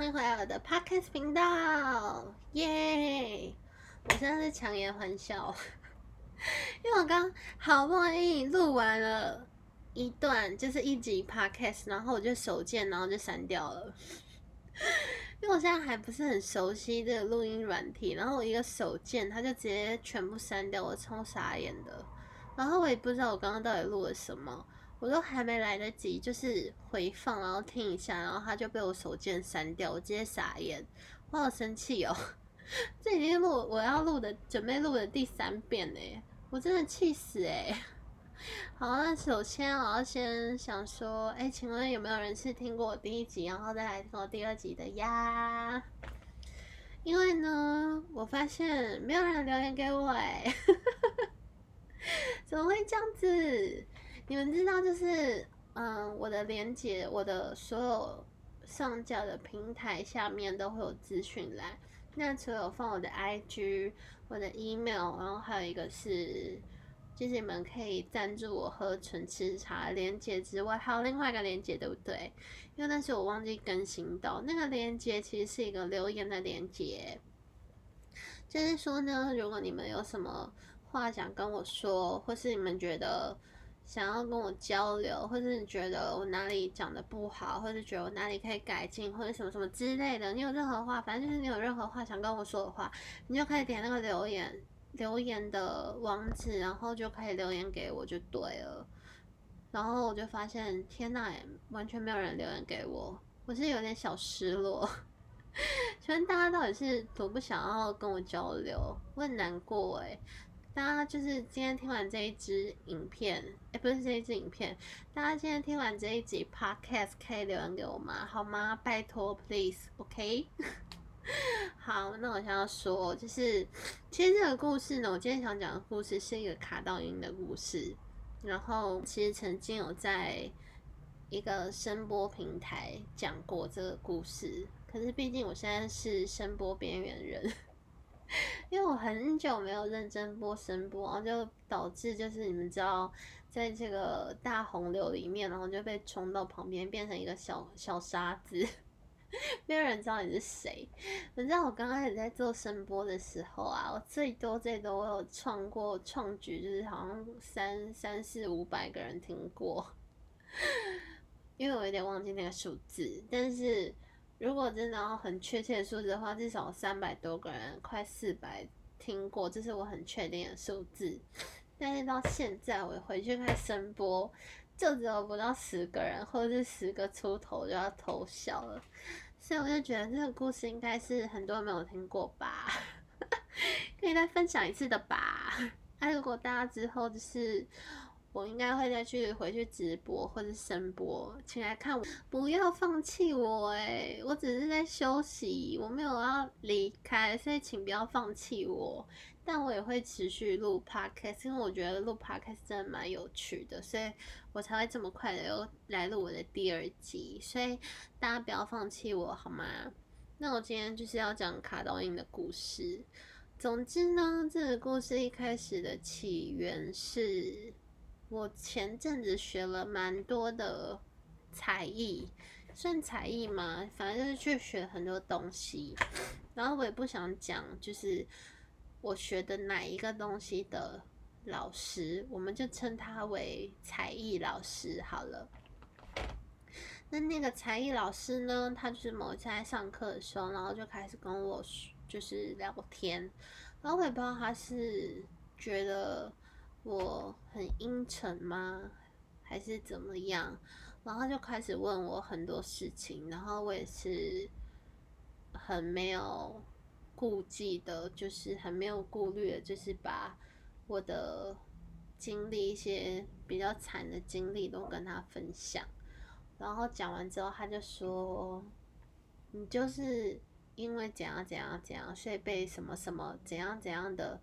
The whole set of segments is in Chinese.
欢迎回来我的 Podcast 频道，耶！我现在是强颜欢笑，因为我刚好不容易录完了一段，就是一集 Podcast，然后我就手贱，然后就删掉了。因为我现在还不是很熟悉这个录音软体，然后我一个手贱，它就直接全部删掉，我超傻眼的。然后我也不知道我刚刚到底录了什么，我都还没来得及就是回放，然后听一下，然后它就被我手贱删掉，我直接傻眼，我好生气哦！这已经录我要录的准备录的第3遍呢，我真的气死哎！好，那首先我要先想说，请问有没有人是听过我第1集，然后再来听我第2集的呀？因为呢，我发现没有人留言给我哎，怎么会这样子？你们知道就是我的连结，我的所有上架的平台下面都会有资讯栏。那除了有放我的 IG、我的 email， 然后还有一个是，就是你们可以赞助我喝纯吃茶的连结之外，还有另外一个连结，对不对？因为那时候我忘记更新到那个连结，其实是一个留言的连结。就是说呢，如果你们有什么话想跟我说，或是你们觉得想要跟我交流，或是你觉得我哪里讲的不好，或是觉得我哪里可以改进，或者什么什么之类的，你有任何话，反正就是你有任何话想跟我说的话，你就可以点那个留言的网址，然后就可以留言给我就对了。然后我就发现，天哪，完全没有人留言给我，我是有点小失落。请问大家到底是多不想要跟我交流？我很难过哎。大家就是今天听完这一支影片，不是这一支影片，大家今天听完这一集 podcast 可以留言给我吗？好吗？拜托 ，please，OK？好，那我想要说，就是其实这个故事呢，我今天想讲的故事是一个卡到音的故事，然后其实曾经有在一个声波平台讲过这个故事，可是毕竟我现在是声波边缘人，因为我很久没有认真播声波，然后就导致就是你们知道，在这个大洪流里面，然后就被冲到旁边，变成一个小沙子。没有人知道你是谁。你知道我刚开始在做声波的时候啊，我最多我有创举，就是好像三四五百个人听过，因为我有点忘记那个数字。但是如果真的要很确切的数字的话，至少300多个人，快400听过，这是我很确定的数字。但是到现在我回去看声波，就只有不到10个人，或者是10个出头就要偷笑了。所以我就觉得这个故事应该是很多人没有听过吧，可以再分享一次的吧。如果大家之后就是我应该会再回去直播或是声播，请来看我，不要放弃我我只是在休息，我没有要离开，所以请不要放弃我。但我也会持续录 podcast，因为我觉得录 podcast 真的蛮有趣的，所以我才会这么快的又来录我的第2集。所以大家不要放弃我好吗？那我今天就是要讲卡到音的故事。总之呢，这个故事一开始的起源是我前阵子学了蛮多的才艺，算才艺吗？反正就是去学很多东西。然后我也不想讲，就是我学的哪一个东西的老师，我们就称他为才艺老师好了。那个才艺老师呢，他就是某一次在上课的时候，然后就开始跟我就是聊天，然后我也不知道他是觉得我很阴沉吗，还是怎么样，然后就开始问我很多事情，然后我也是很没有顾忌的，就是很没有顾虑的，就是把我的经历一些比较惨的经历都跟他分享。然后讲完之后，他就说：“你就是因为怎样怎样怎样，所以被什么什么怎样怎样的，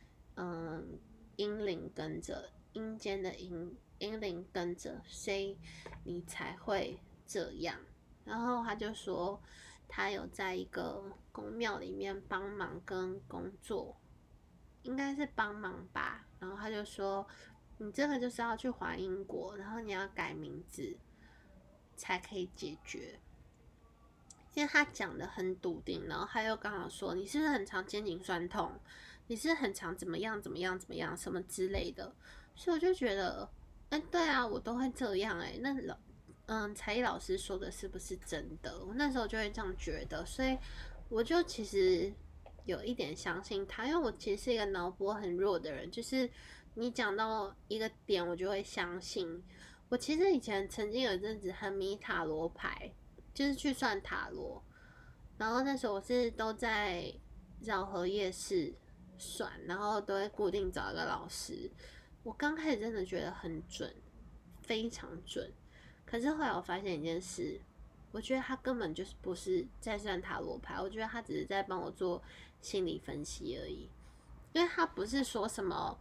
阴灵跟着，阴间的阴灵跟着，所以你才会这样。”然后他就说，他有在一个宫庙里面帮忙跟工作，应该是帮忙吧。然后他就说，你这个就是要去还因果，然后你要改名字。才可以解决。 因为他讲的很笃定，然后他又刚好说你是不是很常肩颈酸痛，你是很常怎么样怎么样怎么样什么之类的，所以我就觉得，对啊，我都会这样那才艺老师说的是不是真的？我那时候就会这样觉得，所以我就其实有一点相信他，因为我其实是一个脑波很弱的人，就是你讲到一个点，我就会相信。我其实以前曾经有一阵子很迷塔罗牌。就是去算塔罗，然后那时候我是都在饶河夜市算，然后都会固定找一个老师。我刚开始真的觉得很准，非常准。可是后来我发现一件事，我觉得他根本就是不是在算塔罗牌，我觉得他只是在帮我做心理分析而已。因为他不是说什么，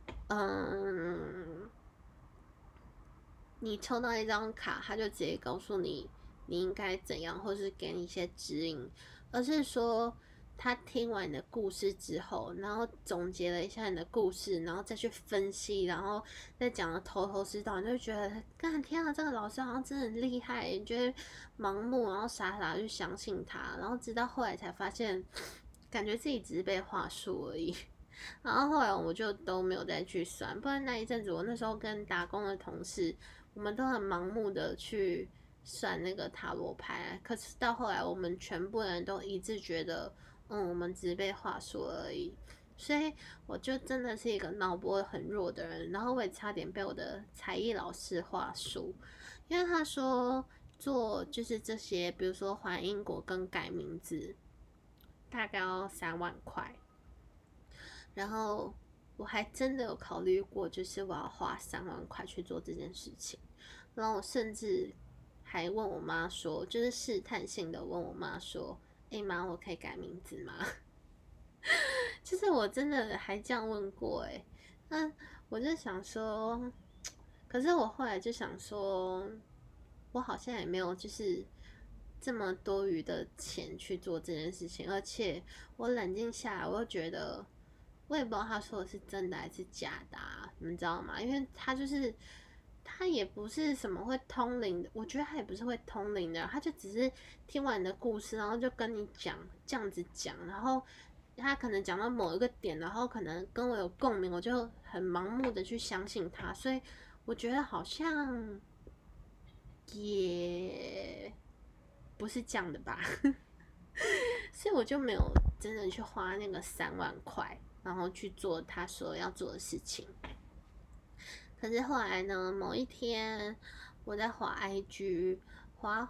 你抽到一张卡，他就直接告诉你你应该怎样，或是给你一些指引，而是说他听完你的故事之后，然后总结了一下你的故事，然后再去分析，然后再讲的头头是道，你就觉得，干天啊，这个老师好像真的很厉害，你就会盲目，然后傻傻去相信他，然后直到后来才发现，感觉自己只是被话术而已。然后后来我就都没有再去算，不然那一阵子我那时候跟打工的同事，我们都很盲目的去算那个塔罗牌，可是到后来我们全部人都一致觉得，我们只是被话术而已。所以我就真的是一个脑波很弱的人，然后我也差点被我的才艺老师话术，因为他说做就是这些，比如说还因果跟改名字，大概要3万块。然后我还真的有考虑过，就是我要花3万块去做这件事情。然后我甚至还问我妈说，就是试探性的问我妈说：妈，我可以改名字吗？”就是我真的还这样问过那我就想说，可是我后来就想说，我好像也没有就是这么多余的钱去做这件事情，而且我冷静下来，我又觉得。我也不知道他说的是真的还是假的你们知道吗？因为他也不是什么会通灵的，我觉得他也不是会通灵的，他就只是听完你的故事，然后就跟你讲这样子讲，然后他可能讲到某一个点，然后可能跟我有共鸣，我就很盲目的去相信他，所以我觉得好像也不是这样的吧，所以我就没有真的去花那个3万块。然后去做他说要做的事情。可是后来呢，某一天我在滑 IG，滑，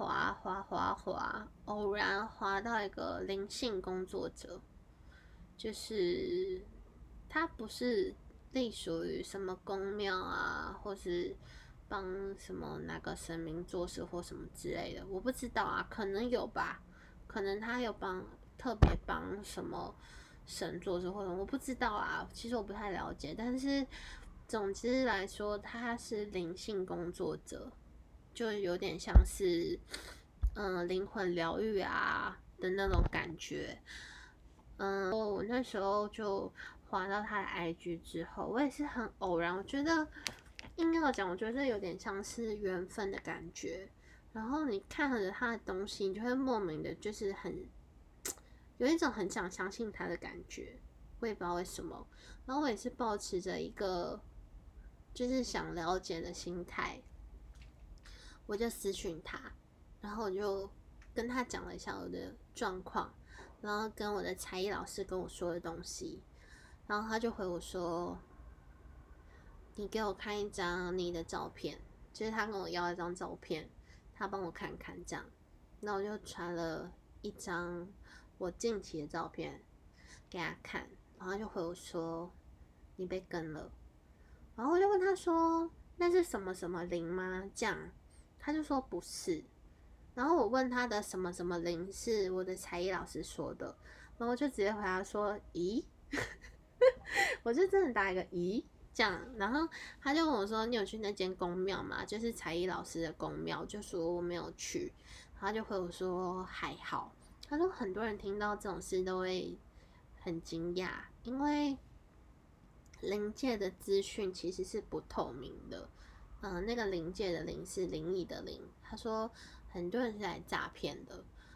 偶然滑到一个灵性工作者，就是他不是隶属于什么宫庙或是帮什么哪个神明做事或什么之类的，我不知道可能有吧，可能他有特别帮什么。神做事或者我不知道其实我不太了解，但是总之来说，他是灵性工作者，就有点像是灵魂疗愈的那种感觉。我那时候就滑到他的 IG 之后，我也是很偶然，我觉得硬要讲，我觉得有点像是缘分的感觉。然后你看着他的东西，你就会莫名的，就是有一种很想相信他的感觉，我也不知道为什么。然后我也是抱持着一个就是想了解的心态，我就私讯他，然后我就跟他讲了一下我的状况，然后跟我的才艺老师跟我说的东西，然后他就回我说：“你给我看一张你的照片，就是他跟我要一张照片，他帮我看看这样。”那我就传了一张我近期的照片给他看，然后他就回我说：“你被跟了。”然后我就问他说：“那是什么什么灵吗？”这样，他就说不是。然后我问他的什么什么灵是我的才艺老师说的，然后我就直接回答说：“咦？”我就真的打一个咦这样，然后他就问我说：“你有去那间宫庙吗？就是才艺老师的宫庙。”就说我没有去，他就回我说还好。他说很多人听到这种事都会很惊讶，因为灵界的资讯其实是不透明的。那个灵界的灵是灵异的灵。他说很多人是来诈骗的，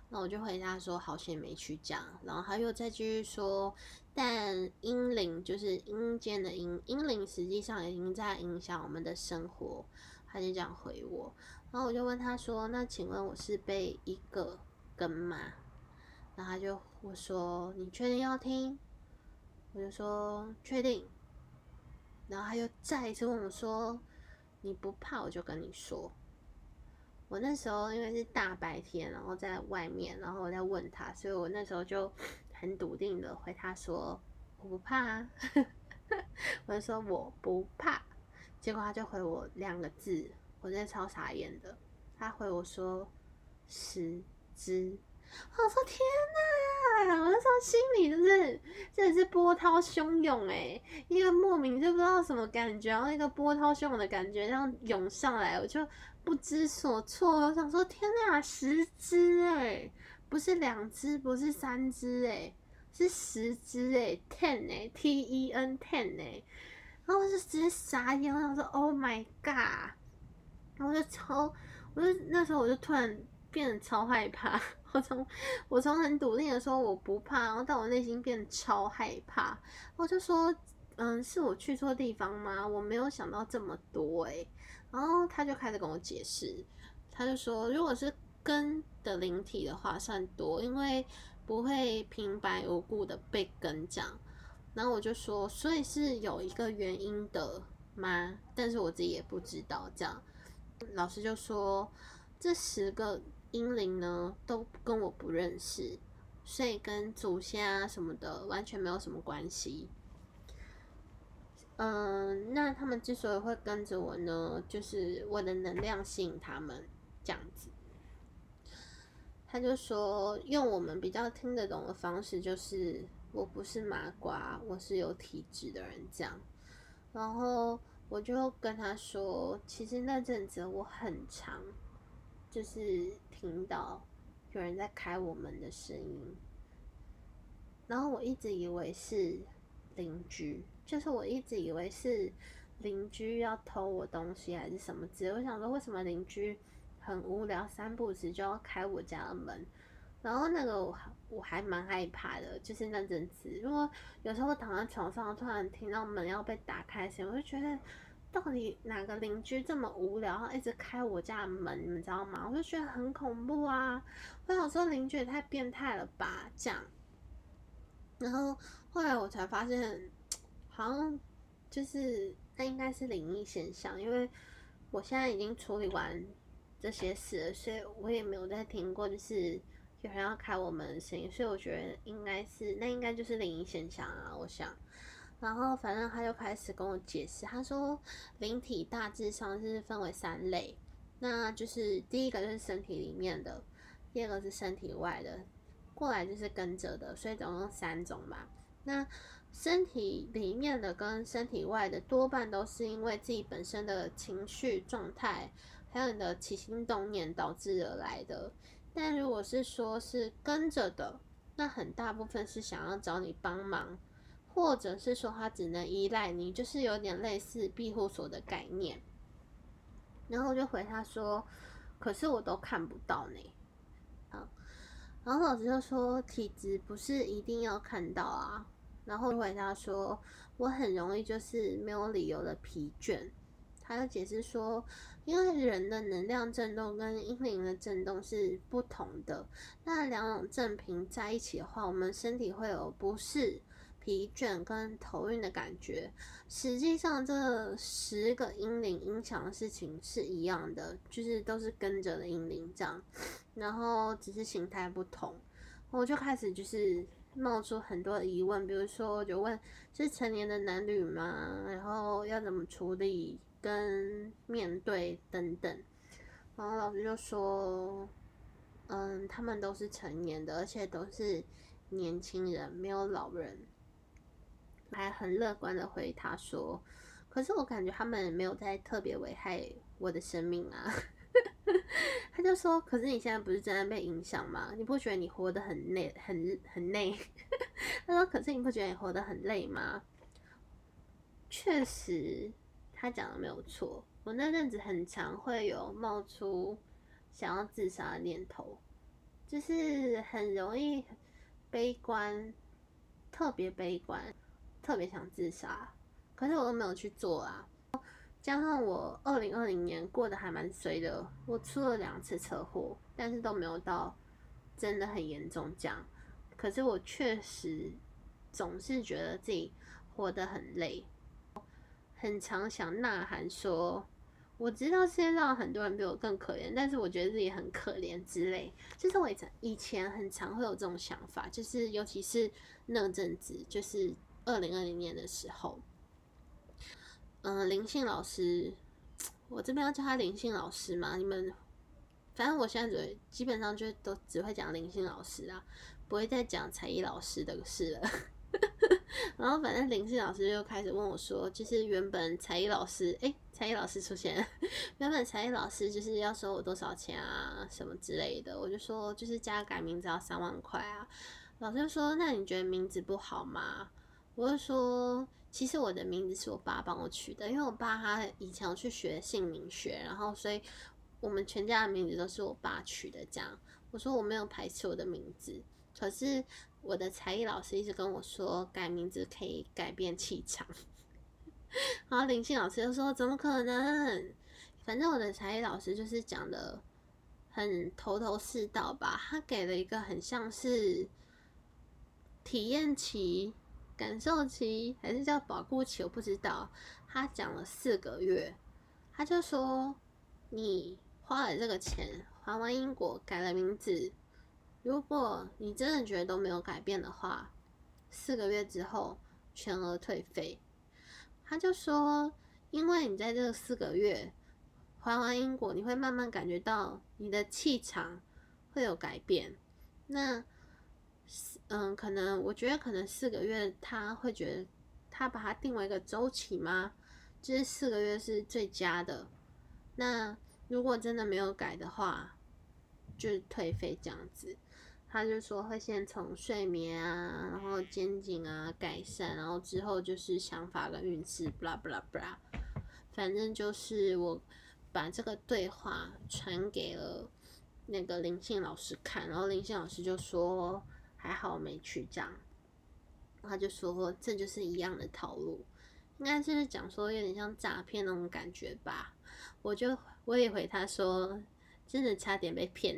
那我就回答说好险没去讲，然后他又再继续说，但阴灵就是阴间的阴灵，实际上已经在影响我们的生活。他就这样回我，然后我就问他说，那请问我是被一个跟吗？然后我说你确定要听？我就说确定。然后他又再一次问我说，你不怕我就跟你说。我那时候因为是大白天，然后在外面，然后我在问他，所以我那时候就很笃定的回他说我不怕啊，我就说我不怕，结果他就回我2个字，我真的超傻眼的，他回我说10只，我说天哪！我那时候心里真的是波涛汹涌一个莫名就不知道什么感觉，然后一个波涛汹涌的感觉这样涌上来，我就不知所措。我想说天哪，10只不是2只，不是3只是10只10TEN 10然后我就直接傻眼，我想说 Oh my god！ 然后我就那时候我就突然变得超害怕。我从很笃定的说我不怕，然后到我内心变得超害怕。我就说，是我去错地方吗？我没有想到这么多然后他就开始跟我解释，他就说，如果是跟的灵体的话算多，因为不会平白无故的被跟这样。然后我就说，所以是有一个原因的吗？但是我自己也不知道这样。老师就说，这10个阴灵呢都跟我不认识，所以跟祖先啊什么的完全没有什么关系。那他们之所以会跟着我呢，就是我的能量吸引他们这样子。他就说，用我们比较听得懂的方式，就是我不是麻瓜，我是有体质的人这样。然后我就跟他说，其实那阵子我很常就是听到有人在开我门的声音，然后我一直以为是邻居，就是我一直以为是邻居要偷我东西还是什么之类。我想说，为什么邻居很无聊3不5时就要开我家的门？然后那个我还蛮害怕的，就是那阵子，如果有时候躺在床上，突然听到门要被打开的声音，我就觉得到底哪个邻居这么无聊，然后一直开我家的门，你们知道吗？我就觉得很恐怖啊！我想说邻居也太变态了吧，这样。然后后来我才发现，好像就是那应该是灵异现象，因为我现在已经处理完这些事了，所以我也没有再听过就是有人要开我们的声音，所以我觉得那应该就是灵异现象啊，我想。然后反正他就开始跟我解释，他说灵体大致上是分为3类，那就是第一个就是身体里面的，第二个是身体外的，过来就是跟着的，所以总共3种嘛。那身体里面的跟身体外的多半都是因为自己本身的情绪状态，还有你的起心动念导致而来的。但如果是说是跟着的，那很大部分是想要找你帮忙，或者是说他只能依赖你，就是有点类似庇护所的概念。然后我就回他说，可是我都看不到呢。然后老师就说体质不是一定要看到啊。然后回答说，我很容易就是没有理由的疲倦。他就解释说，因为人的能量振动跟阴灵的振动是不同的，那2种振频在一起的话，我们身体会有不适、疲倦跟头晕的感觉。实际上，这10个阴灵影响的事情是一样的，就是都是跟着的阴灵这样，然后只是形态不同。我就开始就是冒出很多的疑问，比如说我就问是成年的男女吗？然后要怎么处理跟面对等等。然后老师就说，他们都是成年的，而且都是年轻人，没有老人。还很乐观的回他说，可是我感觉他们没有在特别危害我的生命啊。他就说，可是你现在不是正在被影响吗？你不觉得你活得很累很累？他说，可是你不觉得你活得很累吗？确实，他讲的没有错。我那阵子很常会有冒出想要自杀的念头， 就是很容易悲观，特别悲观，特别想自杀。可是我都没有去做啊。加上我2020年过得还蛮衰的，我出了2次车祸，但是都没有到真的很严重这样。可是我确实总是觉得自己活得很累，很常想呐喊说，我知道世界上很多人比我更可怜，但是我觉得自己很可怜之类。就是我以前很常会有这种想法，就是尤其是那阵子，就是2020年的时候。林信老师，我这边要叫他林信老师嘛？你们，反正我现在基本上就都只会讲林信老师啊，不会再讲才艺老师的事了。然后反正林信老师就开始问我说，就是原本才艺老师，才艺老师出现了，原本才艺老师就是要收我多少钱啊，什么之类的，我就说就是加改名字要3万块啊。老师就说，那你觉得名字不好吗？我就说，其实我的名字是我爸帮我取的，因为我爸他以前有去学姓名学，然后所以我们全家的名字都是我爸取的。这样，我说我没有排斥我的名字，可是我的才艺老师一直跟我说，改名字可以改变气场。然后林信老师就说，怎么可能？反正我的才艺老师就是讲的很头头是道吧，他给了一个很像是体验期、感受期，还是叫保护期，我不知道。他讲了4个月，他就说你花了这个钱，还完因果，改了名字，如果你真的觉得都没有改变的话，4个月之后全额退费。他就说，因为你在这4个月还完因果，你会慢慢感觉到你的气场会有改变。那可能我觉得可能4个月，他会觉得他把它定为一个周期吗？就是4个月是最佳的。那如果真的没有改的话，就是退费这样子。他就说会先从睡眠啊，然后肩颈啊改善，然后之后就是想法跟运势，blah blah blah。反正就是我把这个对话传给了那个林信老师看，然后林信老师就说还好没去这样。他就说这就是一样的套路，应该是讲说有点像诈骗那种感觉吧。我也回他说，真的差点被骗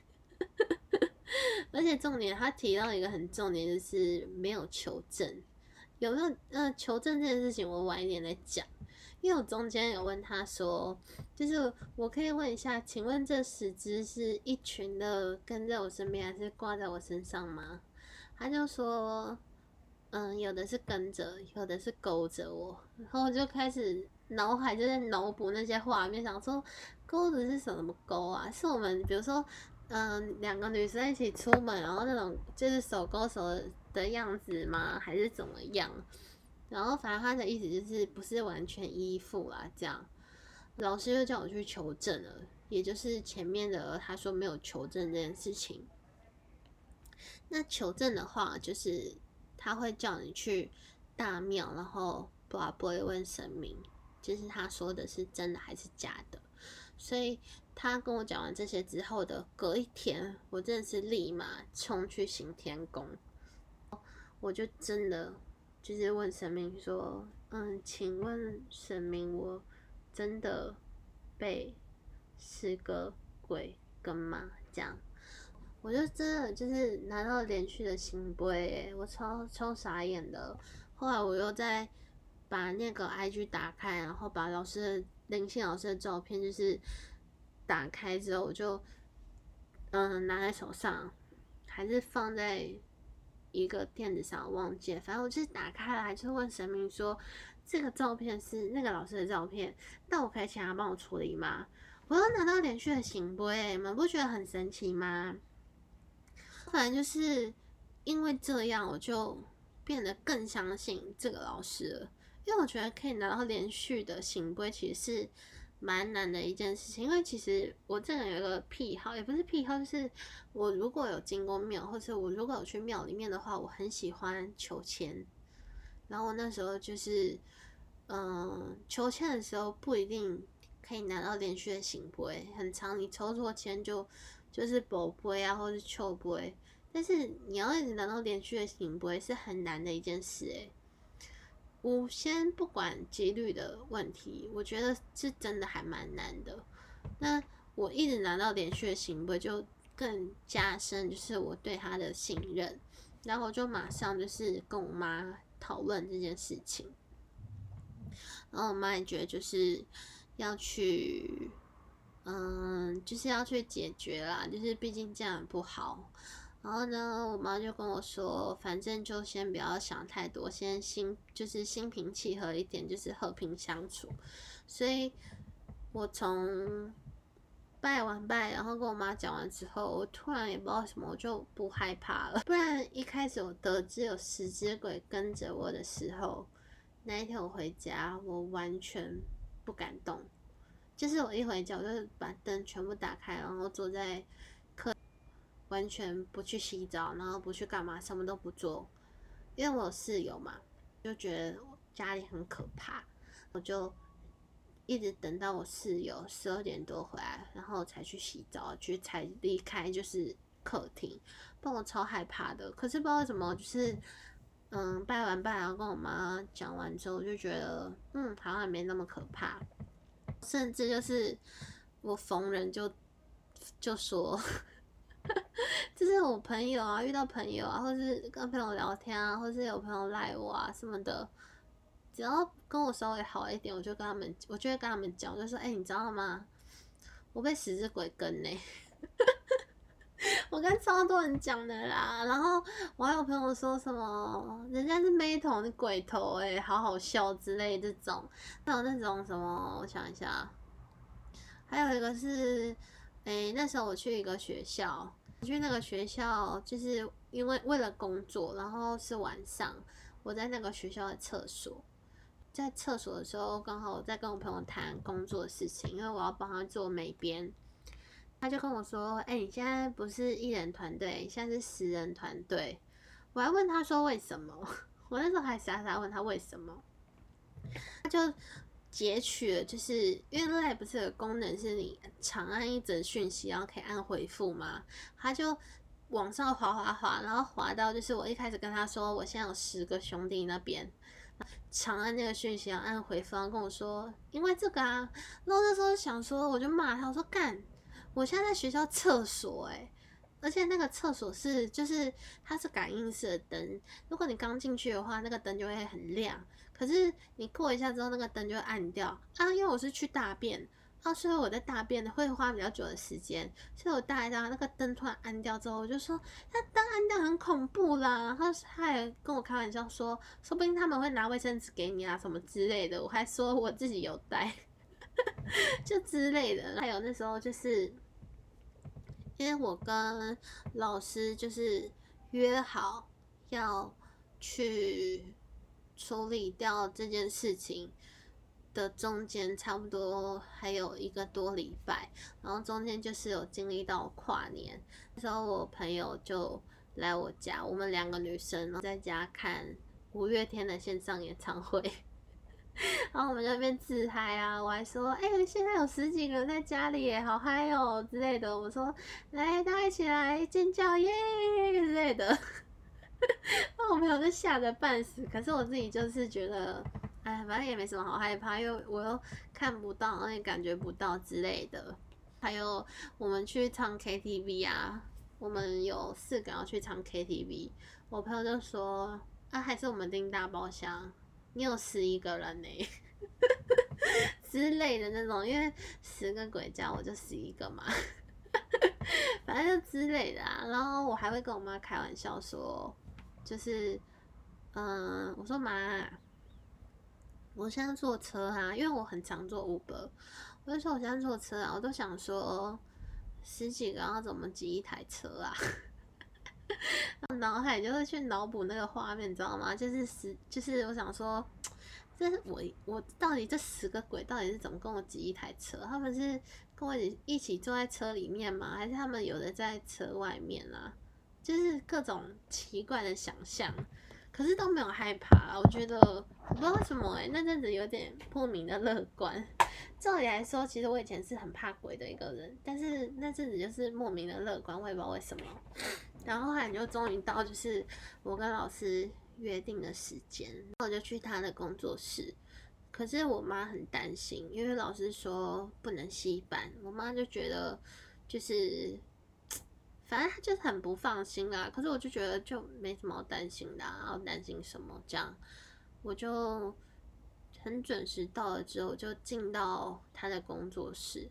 而且重点，他提到一个很重点，就是没有求证。有没有求证这件事情，我晚一点再讲。因为我中间有问他说，就是我可以问一下，请问这10只是一群的跟在我身边，还是挂在我身上吗？他就说，有的是跟着，有的是勾着我。然后我就开始脑海就在脑补那些画面，想说钩子是什么钩啊？是我们比如说2个女生一起出门，然后那种就是手勾手的样子吗？还是怎么样？然后反正他的意思就是不是完全依附啦，这样。老师就叫我去求证了，也就是前面的他说没有求证这件事情。那求证的话，就是他会叫你去大庙，然后不会问神明，就是他说的是真的还是假的。所以他跟我讲完这些之后的隔一天，我真的是立马冲去行天宫，我就真的就是问神明说，请问神明，我真的被10个鬼跟吗？这样，我就真的就是拿到连续的圣杯，我超傻眼的。后来我又再把那个 IG 打开，然后把林信老师的照片就是打开之后，我就拿在手上，还是放在一个垫子上，忘记了。反正我就是打开来，就问神明说，这个照片是那个老师的照片，但我可以请他帮我处理吗？我又拿到连续的圣杯，你们不觉得很神奇吗？反正就是因为这样，我就变得更相信这个老师了。因为我觉得可以拿到连续的圣杯，其实是蛮难的一件事情。因为其实我这个人有一个癖好，也不是癖好，就是我如果有经过庙，或者我如果有去庙里面的话，我很喜欢求签。然后我那时候就是，求签的时候不一定可以拿到连续的圣杯，很长，你抽错签就就是宝贝啊，或是秋杯，但是你要一直拿到连续的醒杯是很难的一件事我先不管几率的问题，我觉得是真的还蛮难的。那我一直拿到连续的醒杯，就更加深就是我对他的信任，然后我就马上就是跟我妈讨论这件事情，然后我妈也觉得就是要去，就是要去解决啦，就是毕竟这样很不好。然后呢，我妈就跟我说，反正就先不要想太多，先就是心平气和一点，就是和平相处。所以，我从拜完拜，然后跟我妈讲完之后，我突然也不知道什么，我就不害怕了。不然一开始我得知有10只鬼跟着我的时候，那一天我回家，我完全不敢动。就是我一回家，我就把灯全部打开，然后坐在完全不去洗澡，然后不去干嘛，什么都不做，因为我有室友嘛，就觉得家里很可怕，我就一直等到我室友12点多回来，然后才去洗澡，才离开就是客厅，不然我超害怕的。可是不知道为什么，就是拜完拜，然后跟我妈讲完之后，我就觉得好像也没那么可怕，甚至就是我逢人就说。就是我朋友啊，遇到朋友啊，或是跟朋友聊天啊，或是有朋友赖我啊什么的，只要跟我稍微好一点，我就会跟他们讲，我就说，你知道吗？我被10只鬼跟呢、我跟超多人讲的啦。然后我还有朋友说什么，人家是妹头，你鬼头好好笑之类这种。还有那种什么，我想一下，还有一个是，那时候我去一个学校。去那个学校，就是因为为了工作，然后是晚上，我在那个学校的厕所，在厕所的时候，刚好我在跟我朋友谈工作的事情，因为我要帮他做美编，他就跟我说：“你现在不是1人团队，现在是10人团队。”我还问他说为什么，我那时候还傻傻问他为什么，他就截取了，就是因为 LINE 不是有个功能是你长按一则讯息，然后可以按回复嘛，他就往上滑，然后滑到就是我一开始跟他说我现在有10个兄弟那边，长按那个讯息，然后按回复，然后跟我说因为这个啊，然后那时候想说我就骂他，我说干，我现在在学校厕所而且那个厕所就是它是感应式的灯，如果你刚进去的话，那个灯就会很亮。可是你过一下之后，那个灯就会暗掉啊。因为我是去大便所以我在大便会花比较久的时间，所以我大一到那个灯突然暗掉之后，我就说那灯暗掉很恐怖啦。然后他还跟我开玩笑说不定他们会拿卫生纸给你啊什么之类的。我还说我自己有带，就之类的。还有那时候就是。因为我跟老师就是约好要去处理掉这件事情的中间，差不多还有1个多礼拜，然后中间就是有经历到跨年，那时候我朋友就来我家，我们2个女生然后在家看5月天的线上演唱会。然后我们就在那边自嗨啊，我还说，现在有10几个人在家里耶，好嗨哦之类的。我说，来，大家一起来尖叫耶之类的。那我朋友就吓得半死，可是我自己就是觉得，反正也没什么好害怕，因为我又看不到，然后也感觉不到之类的。还有我们去唱 KTV 啊，我们有4个要去唱 KTV， 我朋友就说，还是我们订大包厢。你有11个人呢之类的那种，因为10个鬼加我就11个嘛，反正就之类的啊。然后我还会跟我妈开玩笑说，就是我说妈，我现在坐车啊，因为我很常坐 Uber， 我就说我现在坐车啊，我都想说10几个要怎么挤一台车啊？脑海就会去脑补那个画面，你知道吗？就是我想说，这是我到底这10个鬼到底是怎么跟我挤一台车？他们是跟我一起坐在车里面吗？还是他们有的在车外面啊？就是各种奇怪的想象，可是都没有害怕。我觉得我不知道为什么那阵子有点莫名的乐观， 照理来说，其实我以前是很怕鬼的一个人，但是那阵子就是莫名的乐观，我也不知道为什么。然后后来就终于到就是我跟老师约定的时间，我就去他的工作室。可是我妈很担心，因为老师说不能吸班，我妈就觉得就是，反正她就是很不放心啦。可是我就觉得就没什么好担心的啊，要担心什么？这样我就很准时到了之后，就进到他的工作室，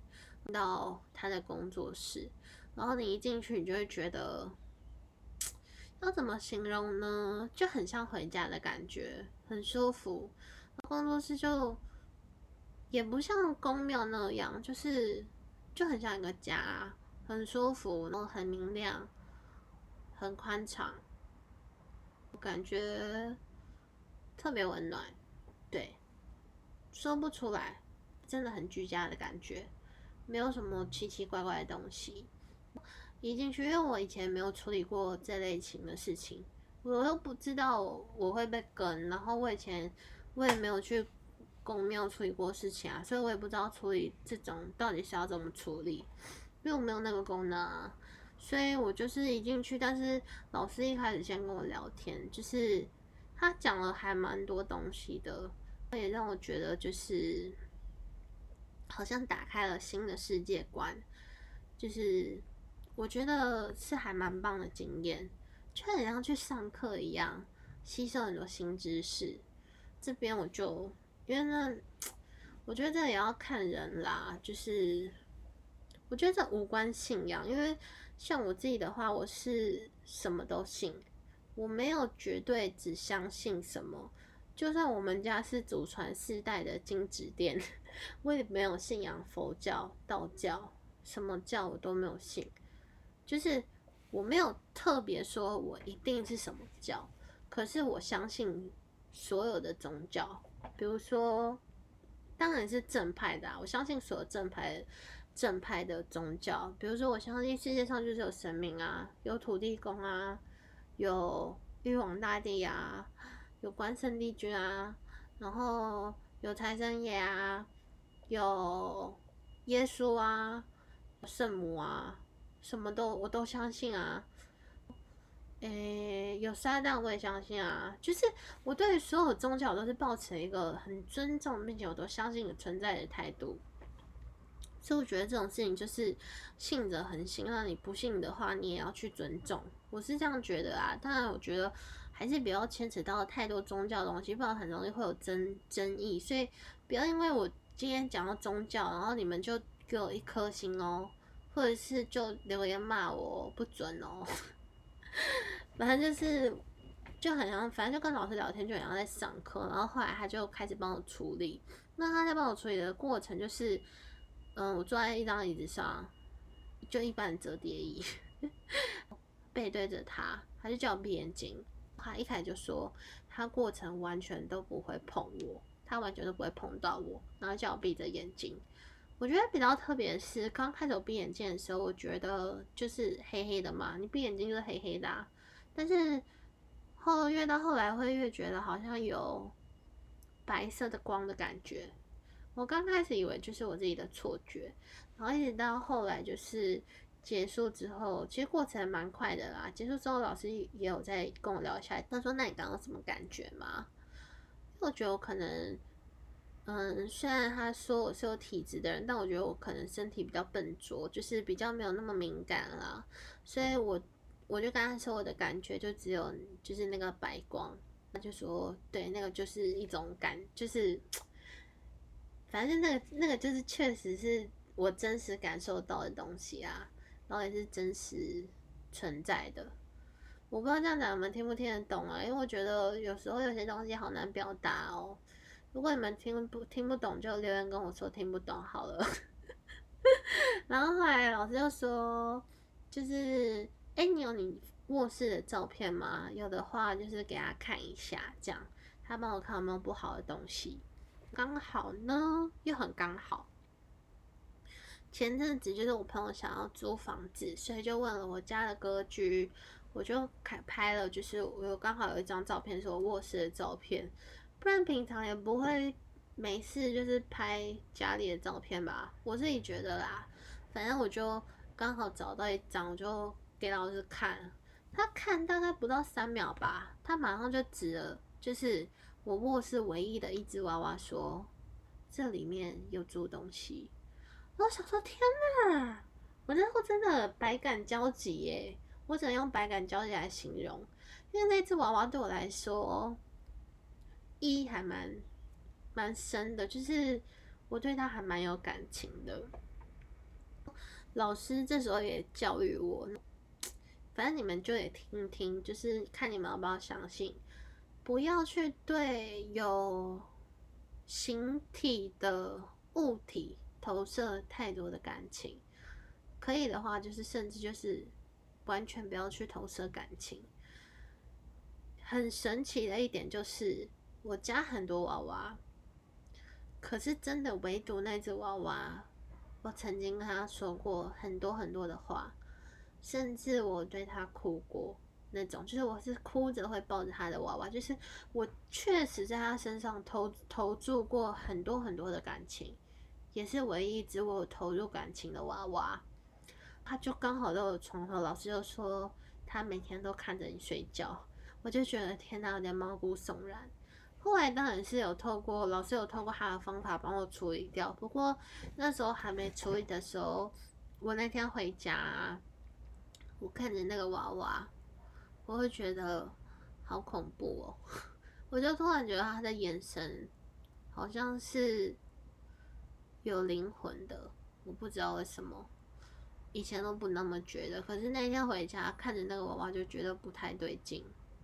然后你一进去，你就会觉得要怎么形容呢？就很像回家的感觉，很舒服。工作室就也不像宫庙那样，就很像一个家，很舒服，然后很明亮，很宽敞，感觉特别温暖。对，说不出来，真的很居家的感觉，没有什么奇奇怪怪的东西。一进去，因为我以前没有处理过这类型的事情，我又不知道我会被跟，然后我也没有去公庙处理过事情啊，所以我也不知道处理这种到底是要怎么处理，因为我没有那个功能啊，所以我就是一进去，但是老师一开始先跟我聊天，就是他讲了还蛮多东西的，也让我觉得就是好像打开了新的世界观，就是我觉得是还蛮棒的经验，就很像去上课一样，吸收很多新知识。这边我就因为那，我觉得这也要看人啦，就是我觉得这无关信仰，因为像我自己的话，我是什么都信，我没有绝对只相信什么。就算我们家是祖传4代的金纸店，我也没有信仰佛教、道教，什么教我都没有信。就是我没有特别说我一定是什么教，可是我相信所有的宗教，比如说，当然是正派的啊，我相信所有正派的宗教，比如说我相信世界上就是有神明啊，有土地公啊，有玉皇大帝啊，有关圣帝君啊，然后有财神爷啊，有耶稣啊，圣母啊，什么我都相信啊。有撒旦我也相信啊，就是我对所有宗教都是抱持一个很尊重并且我都相信的存在的态度，所以我觉得这种事情就是信者恒信，那你不信的话，你也要去尊重，我是这样觉得啊。当然，我觉得还是不要牵扯到太多宗教的东西，不然很容易会有争议，所以不要因为我今天讲到宗教，然后你们就给我1颗星哦，或者是就留言骂我不准哦。反正就很像，反正就跟老师聊天，就很像在上课。然后后来他就开始帮我处理。那他在帮我处理的过程就是，我坐在一张椅子上，就一般的折叠椅，背对着他，他就叫我闭眼睛。他一开始就说，他过程完全都不会碰我，他完全都不会碰到我，然后叫我闭着眼睛。我觉得比较特别的是，刚开始我闭眼睛的时候，我觉得就是黑黑的嘛，你闭眼睛就是黑黑的啊。但是越到后来会越觉得好像有白色的光的感觉。我刚开始以为就是我自己的错觉，然后一直到后来就是结束之后，其实过程蛮快的啦。结束之后，老师也有在跟我聊一下，他说：“那你刚刚有什么感觉吗？”我觉得我可能，虽然他说我是有体质的人，但我觉得我可能身体比较笨拙，就是比较没有那么敏感啦，所以我就跟他说我的感觉就只有就是那个白光，他就说对，那个就是一种就是反正那个就是确实是我真实感受到的东西啊，然后也是真实存在的。我不知道这样讲你们听不听得懂啊？因为我觉得有时候有些东西好难表达哦。如果你们听不懂，就留言跟我说听不懂好了。然后后来老师就说，就是你有你卧室的照片吗？有的话就是给他看一下，这样他帮我看有没有不好的东西。刚好呢，又很刚好。前阵子就是我朋友想要租房子，所以就问了我家的格局，我就拍了，就是我刚好有一张照片是我卧室的照片，不然平常也不会没事就是拍家里的照片吧，我自己觉得啦。反正我就刚好找到一张，我就给老师看，他看大概不到3秒吧，他马上就指了，就是我卧室唯一的一只娃娃说，这里面有住东西。我想说天哪，我那时候真的百感交集耶，我只能用百感交集来形容，因为那只娃娃对我来说意义还蛮深的，就是我对他还蛮有感情的。老师这时候也教育我，反正你们就也听听，就是看你们要不要相信，不要去对有形体的物体投射太多的感情。可以的话，就是甚至就是完全不要去投射感情。很神奇的一点就是，我家很多娃娃，可是真的唯独那只娃娃，我曾经跟他说过很多很多的话，甚至我对他哭过那种，就是我是哭着会抱着他的娃娃，就是我确实在他身上投注过很多很多的感情，也是唯一一只我有投入感情的娃娃。他就刚好在我床头，老师就说他每天都看着你睡觉，我就觉得天哪，有点毛骨悚然。后来当然是有透过老师有透过他的方法帮我处理掉，不过那时候还没处理的时候，我那天回家，我看着那个娃娃，我会觉得好恐怖哦。我就突然觉得他的眼神好像是有灵魂的，我不知道为什么。以前都不那么觉得，可是那天回家看着那个娃娃就觉得不太对劲。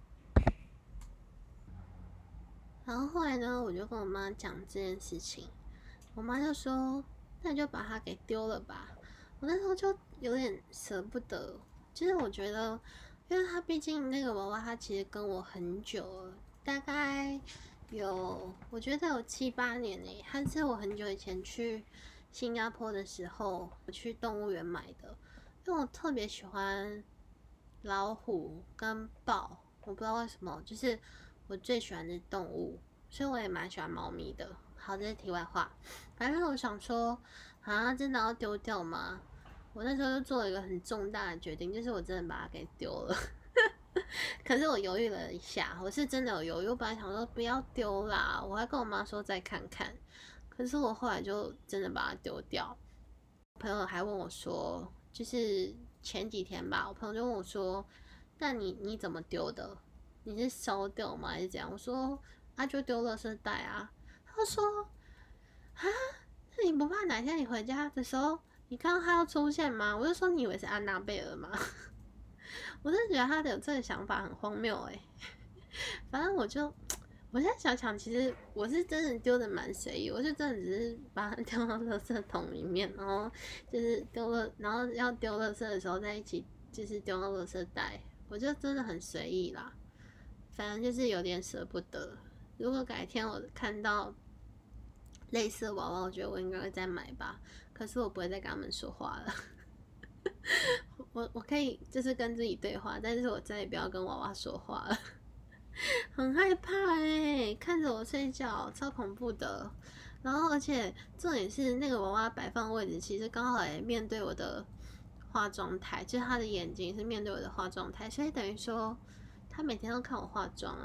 然后后来呢，我就跟我妈讲这件事情，我妈就说：“那你就把它给丢了吧。”我那时候就有点舍不得，就是我觉得，因为他毕竟那个娃娃，他其实跟我很久了，大概我觉得有7、8年诶。他是我很久以前去新加坡的时候，我去动物园买的，因为我特别喜欢老虎跟豹，我不知道为什么，就是我最喜欢的动物，所以我也蛮喜欢猫咪的。好，这是题外话。反正我想说，啊，真的要丢掉吗？我那时候就做了一个很重大的决定，就是我真的把它给丢了。可是我犹豫了一下，我是真的有犹豫。我本来想说不要丢啦，我还跟我妈说再看看。可是我后来就真的把它丢掉。朋友还问我说，就是前几天吧，我朋友就问我说：“那你怎么丢的？你是烧掉吗？还是怎样？”我说：“啊，就丢垃圾袋啊。”他说：“啊，那你不怕哪天你回家的时候，你看到他要出现吗？”我就说：“你以为是安娜贝尔吗？”我真的觉得他的有这个想法很荒谬哎。反正我现在想想，其实我是真的丢的蛮随意，我就真的只是把它丢到垃圾桶里面，然后就是丢了，然后要丢垃圾的时候在一起，就是丢到垃圾袋，我就真的很随意啦。反正就是有点舍不得。如果改天我看到类似的娃娃，我觉得我应该会再买吧。可是我不会再跟他们说话了。我可以就是跟自己对话，但是我再也不要跟娃娃说话了。很害怕看着我睡觉，超恐怖的。然后，而且重点是那个娃娃摆放位置，其实刚好也面对我的化妆台，就是他的眼睛是面对我的化妆台，所以等于说他每天都看我化妆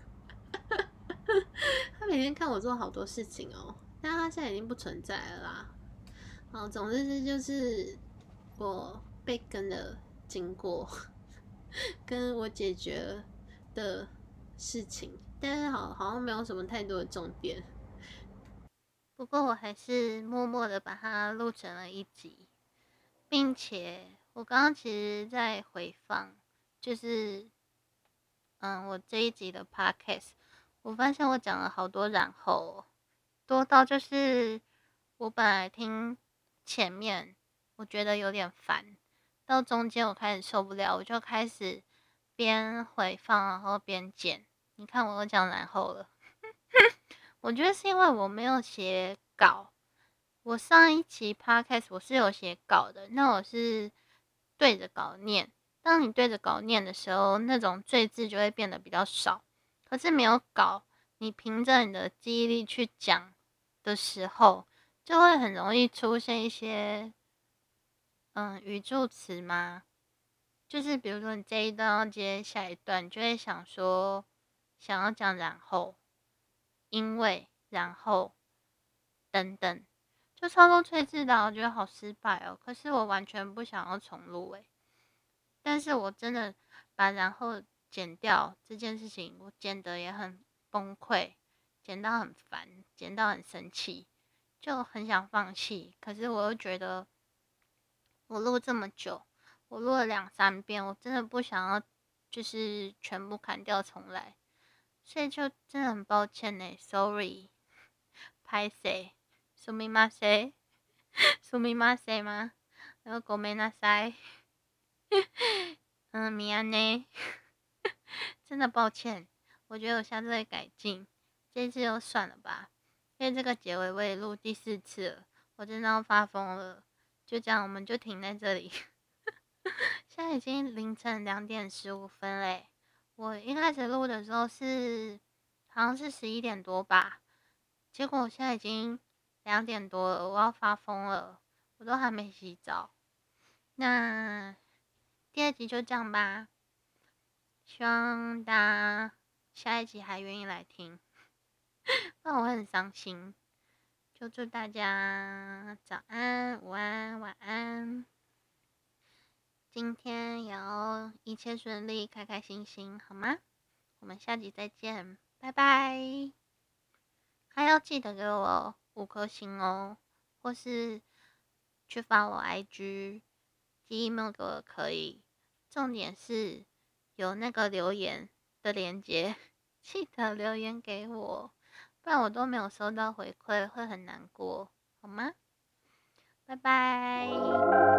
他每天看我做好多事情哦。但他现在已经不存在了啦。好，总之这就是我被跟的经过，跟我解决的事情，但是好像没有什么太多的重点。不过我还是默默的把它录成了一集，并且我刚刚其实在回放，就是我这一集的 podcast，我发现我讲了好多然后，多到就是我本来听前面我觉得有点烦，到中间我开始受不了，我就开始边回放然后边剪。你看我又讲然后了。我觉得是因为我没有写稿，我上一期 podcast 我是有写稿的，那我是对着稿念。当你对着稿念的时候，那种赘字就会变得比较少。可是没有稿，你凭着你的记忆力去讲， 的时候，就会很容易出现一些语助词吗？就是比如说你这一段要接下一段，你就会想说想要讲然后、因为、然后等等，就超多催字的，我觉得好失败哦。可是我完全不想要重录但是我真的把然后剪掉这件事情，我剪得也很崩溃，剪到很烦，剪到很生气，就很想放弃。可是我又觉得我录这么久，我录了2、3遍，我真的不想要就是全部砍掉重来，所以就真的很抱歉呢，sorry，拍谁？すみません，すみません吗？然后ごめんなさい。米安呢？真的抱歉，我觉得我下次会改进，这次就算了吧。因为这个结尾我也录第4次了，我真的要发疯了。就这样，我们就停在这里。现在已经凌晨2点15分嘞。我一开始录的时候好像是11点多吧，结果我现在已经2点多了，我要发疯了，我都还没洗澡。那第2集就这样吧，希望大家下一集还愿意来听，不然我会很伤心。就祝大家早安、午安、晚安，今天也要一切顺利、开开心心，好吗？我们下集再见，拜拜！还要记得给我5颗星哦，或是去发我 IG，寄 email 给我可以。重点是有那个留言的连结，记得留言给我，不然我都没有收到回馈，会很难过，好吗？拜拜。